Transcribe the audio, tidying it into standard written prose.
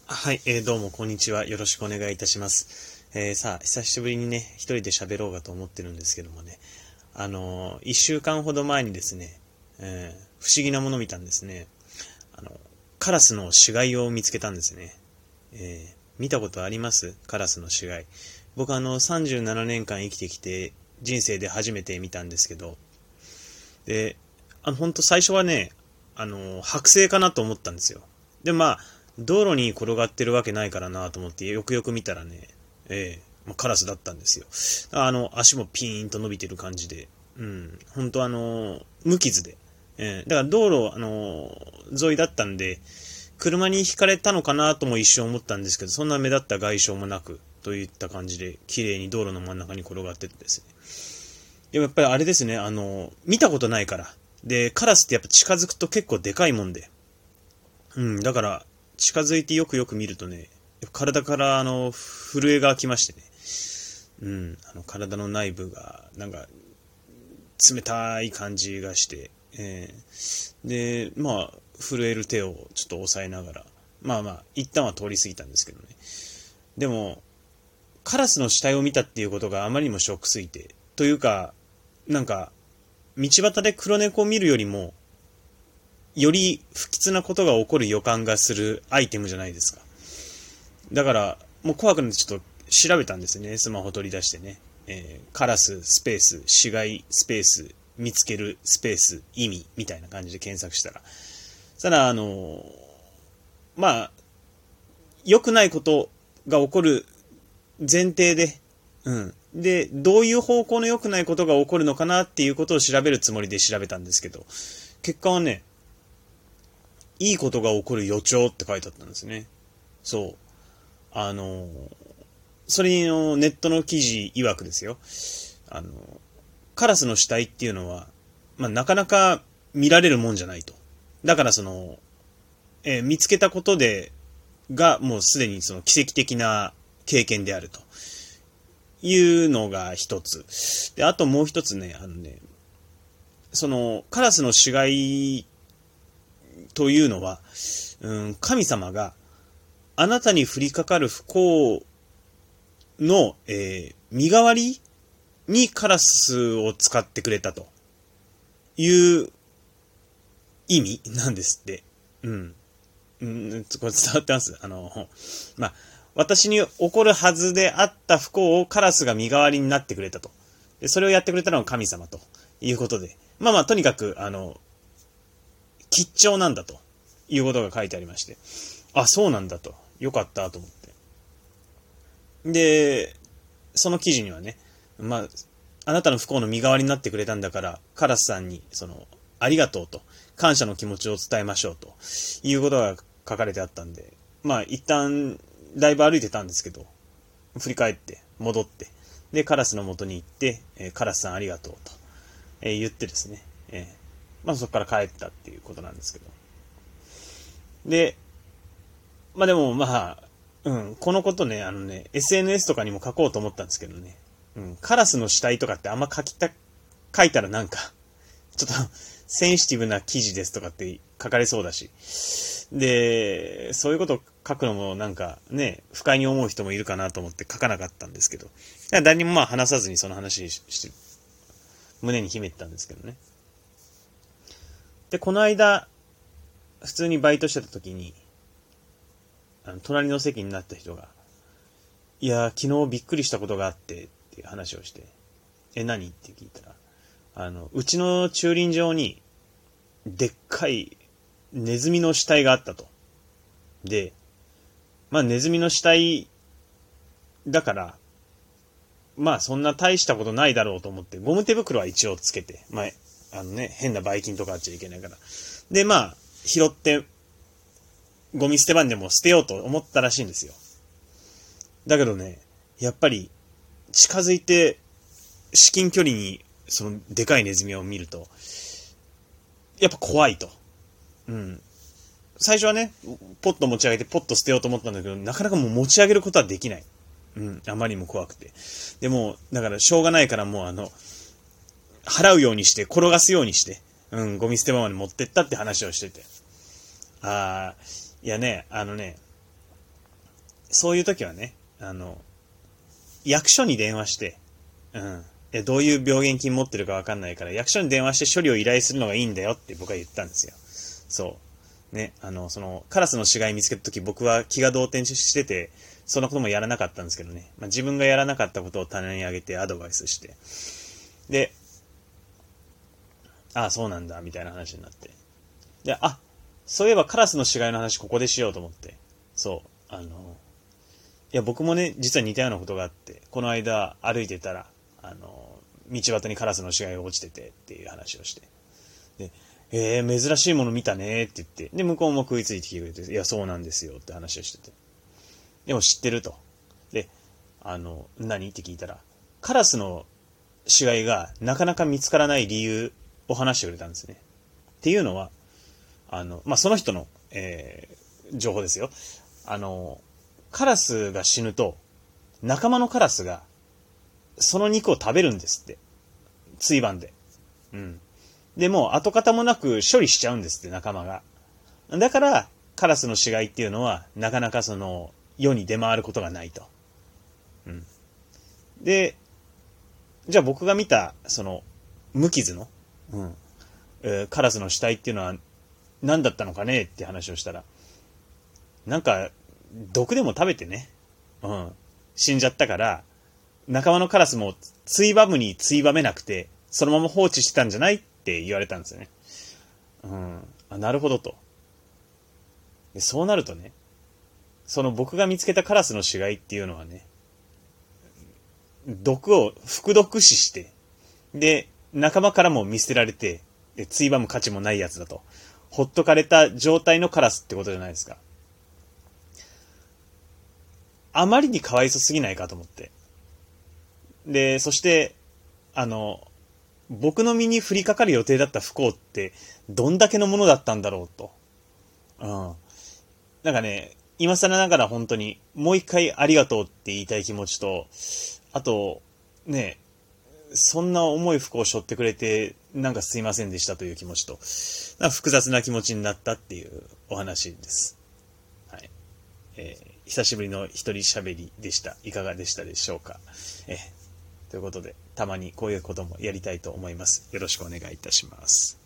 はい、どうもこんにちは。よろしくお願いいたします。さあ、久しぶりにね、一人で喋ろうかと思ってるんですけどもね、一週間ほど前にですね、不思議なものを見たんですね。あの、カラスの死骸を見つけたんですね。見たことありますカラスの死骸。僕37年間生きてきて、人生で初めて見たんですけど、で、ほんと最初はね、剥製かなと思ったんですよ。で、まあ、道路に転がってるわけないからなと思ってよくよく見たらね、カラスだったんですよ。足もピーンと伸びてる感じで、本当無傷で、だから道路、沿いだったんで、車にひかれたのかなとも一瞬思ったんですけど、そんな目立った外傷もなく、といった感じで、綺麗に道路の真ん中に転がっててですね。でもやっぱりあれですね、見たことないから。で、カラスってやっぱ近づくと結構でかいもんで。だから、近づいてよくよく見るとね、体から震えが来ましてね。体の内部が、なんか、冷たい感じがして、で、まあ、震える手をちょっと押さえながら、まあまあ、一旦は通り過ぎたんですけどね。でも、カラスの死体を見たっていうことがあまりにもショックすぎて、というか、なんか、道端で黒猫を見るよりも、より不吉なことが起こる予感がするアイテムじゃないですか。だから、もう怖くなってちょっと調べたんですね。スマホ取り出してね。カラス、スペース、死骸、スペース、見つける、スペース、意味、みたいな感じで検索したら。ただ、まあ、良くないことが起こる前提で、で、どういう方向の良くないことが起こるのかなっていうことを調べるつもりで調べたんですけど、結果はね、いいことが起こる予兆って書いてあったんですね。そう。あの、それのネットの記事曰くですよ。あの、カラスの死体っていうのは、まあ、なかなか見られるもんじゃないと。だから見つけたことで、がもうすでにその奇跡的な経験であるというのが一つ。で、あともう一つね、カラスの死骸というのは、神様があなたに降りかかる不幸の、身代わりにカラスを使ってくれたという意味なんですって。これ伝わってます。まあ、私に起こるはずであった不幸をカラスが身代わりになってくれたと。でそれをやってくれたのが神様ということで。まあまあ、とにかく、吉兆なんだということが書いてありまして。あ、そうなんだと。よかったと思って。で、その記事にはね、まあ、あなたの不幸の身代わりになってくれたんだから、カラスさんに、ありがとうと、感謝の気持ちを伝えましょうということが書かれてあったんで、まあ、一旦、だいぶ歩いてたんですけど、振り返って、戻って、で、カラスの元に行って、カラスさんありがとうと、言ってですね、まあそこから帰ったっていうことなんですけど。で、まあでもまあ、このことね、SNS とかにも書こうと思ったんですけどね、カラスの死体とかってあんま書いたらなんか、ちょっとセンシティブな記事ですとかって書かれそうだし、で、そういうことを書くのもなんかね、不快に思う人もいるかなと思って書かなかったんですけど、誰にもまあ話さずにその話して、胸に秘めてたんですけどね。で、この間、普通にバイトしてた時に、隣の席になった人が、いや、昨日びっくりしたことがあって、っていう話をして、何って聞いたら、うちの駐輪場に、でっかいネズミの死体があったと。で、まあネズミの死体だから、まあそんな大したことないだろうと思って、ゴム手袋は一応つけて、まあ、変なばい菌とかあっちゃいけないから。で、まあ、拾って、ゴミ捨て場にでも捨てようと思ったらしいんですよ。だけどね、やっぱり、近づいて、至近距離に、その、でかいネズミを見ると、やっぱ怖いと。最初はね、ポッと持ち上げて、ポッと捨てようと思ったんだけど、なかなかもう持ち上げることはできない。あまりにも怖くて。でも、だからしょうがないからもう払うようにして、転がすようにして、ゴミ捨て場まで持ってったって話をしてて。いやね、 そういう時はね、役所に電話して、どういう病原菌持ってるかわかんないから、役所に電話して処理を依頼するのがいいんだよって僕は言ったんですよ。そう。ね、カラスの死骸見つけた時僕は気が動転してて、そんなこともやらなかったんですけどね。自分がやらなかったことを棚に上げてアドバイスして。で、ああ、そうなんだ、みたいな話になって。で、そういえばカラスの死骸の話ここでしようと思って。そう。いや、僕もね、実は似たようなことがあって、この間歩いてたら、道端にカラスの死骸が落ちててっていう話をして。で、珍しいもの見たねって言って、で、向こうも食いついてきてくれて、いや、そうなんですよって話をしてて。でも知ってると。で、何って聞いたら、カラスの死骸がなかなか見つからない理由を話してくれたんですね。っていうのは、その人の、情報ですよ。カラスが死ぬと、仲間のカラスが、その肉を食べるんですって。追番で。でも、跡形もなく処理しちゃうんですって、仲間が。だから、カラスの死骸っていうのは、なかなか世に出回ることがないと。で、じゃあ僕が見た、無傷の、カラスの死体っていうのは、何だったのかねって話をしたら、なんか、毒でも食べてね、死んじゃったから、仲間のカラスもついばむについばめなくて、そのまま放置してたんじゃないって言われたんですよね。なるほどと。でそうなるとね、僕が見つけたカラスの死骸っていうのはね、毒を服毒死して、で、仲間からも見捨てられて、ついばむ価値もないやつだと。ほっとかれた状態のカラスってことじゃないですか。あまりにかわいそすぎないかと思って。で、そして、僕の身に降りかかる予定だった不幸って、どんだけのものだったんだろうと。なんかね、今更ながら本当に、もう一回ありがとうって言いたい気持ちと、あと、ね、そんな重い不幸を背負ってくれて、なんかすいませんでしたという気持ちと、複雑な気持ちになったっていうお話です。はい。久しぶりの一人喋りでした。いかがでしたでしょうか。ということで、たまにこういうこともやりたいと思います。よろしくお願いいたします。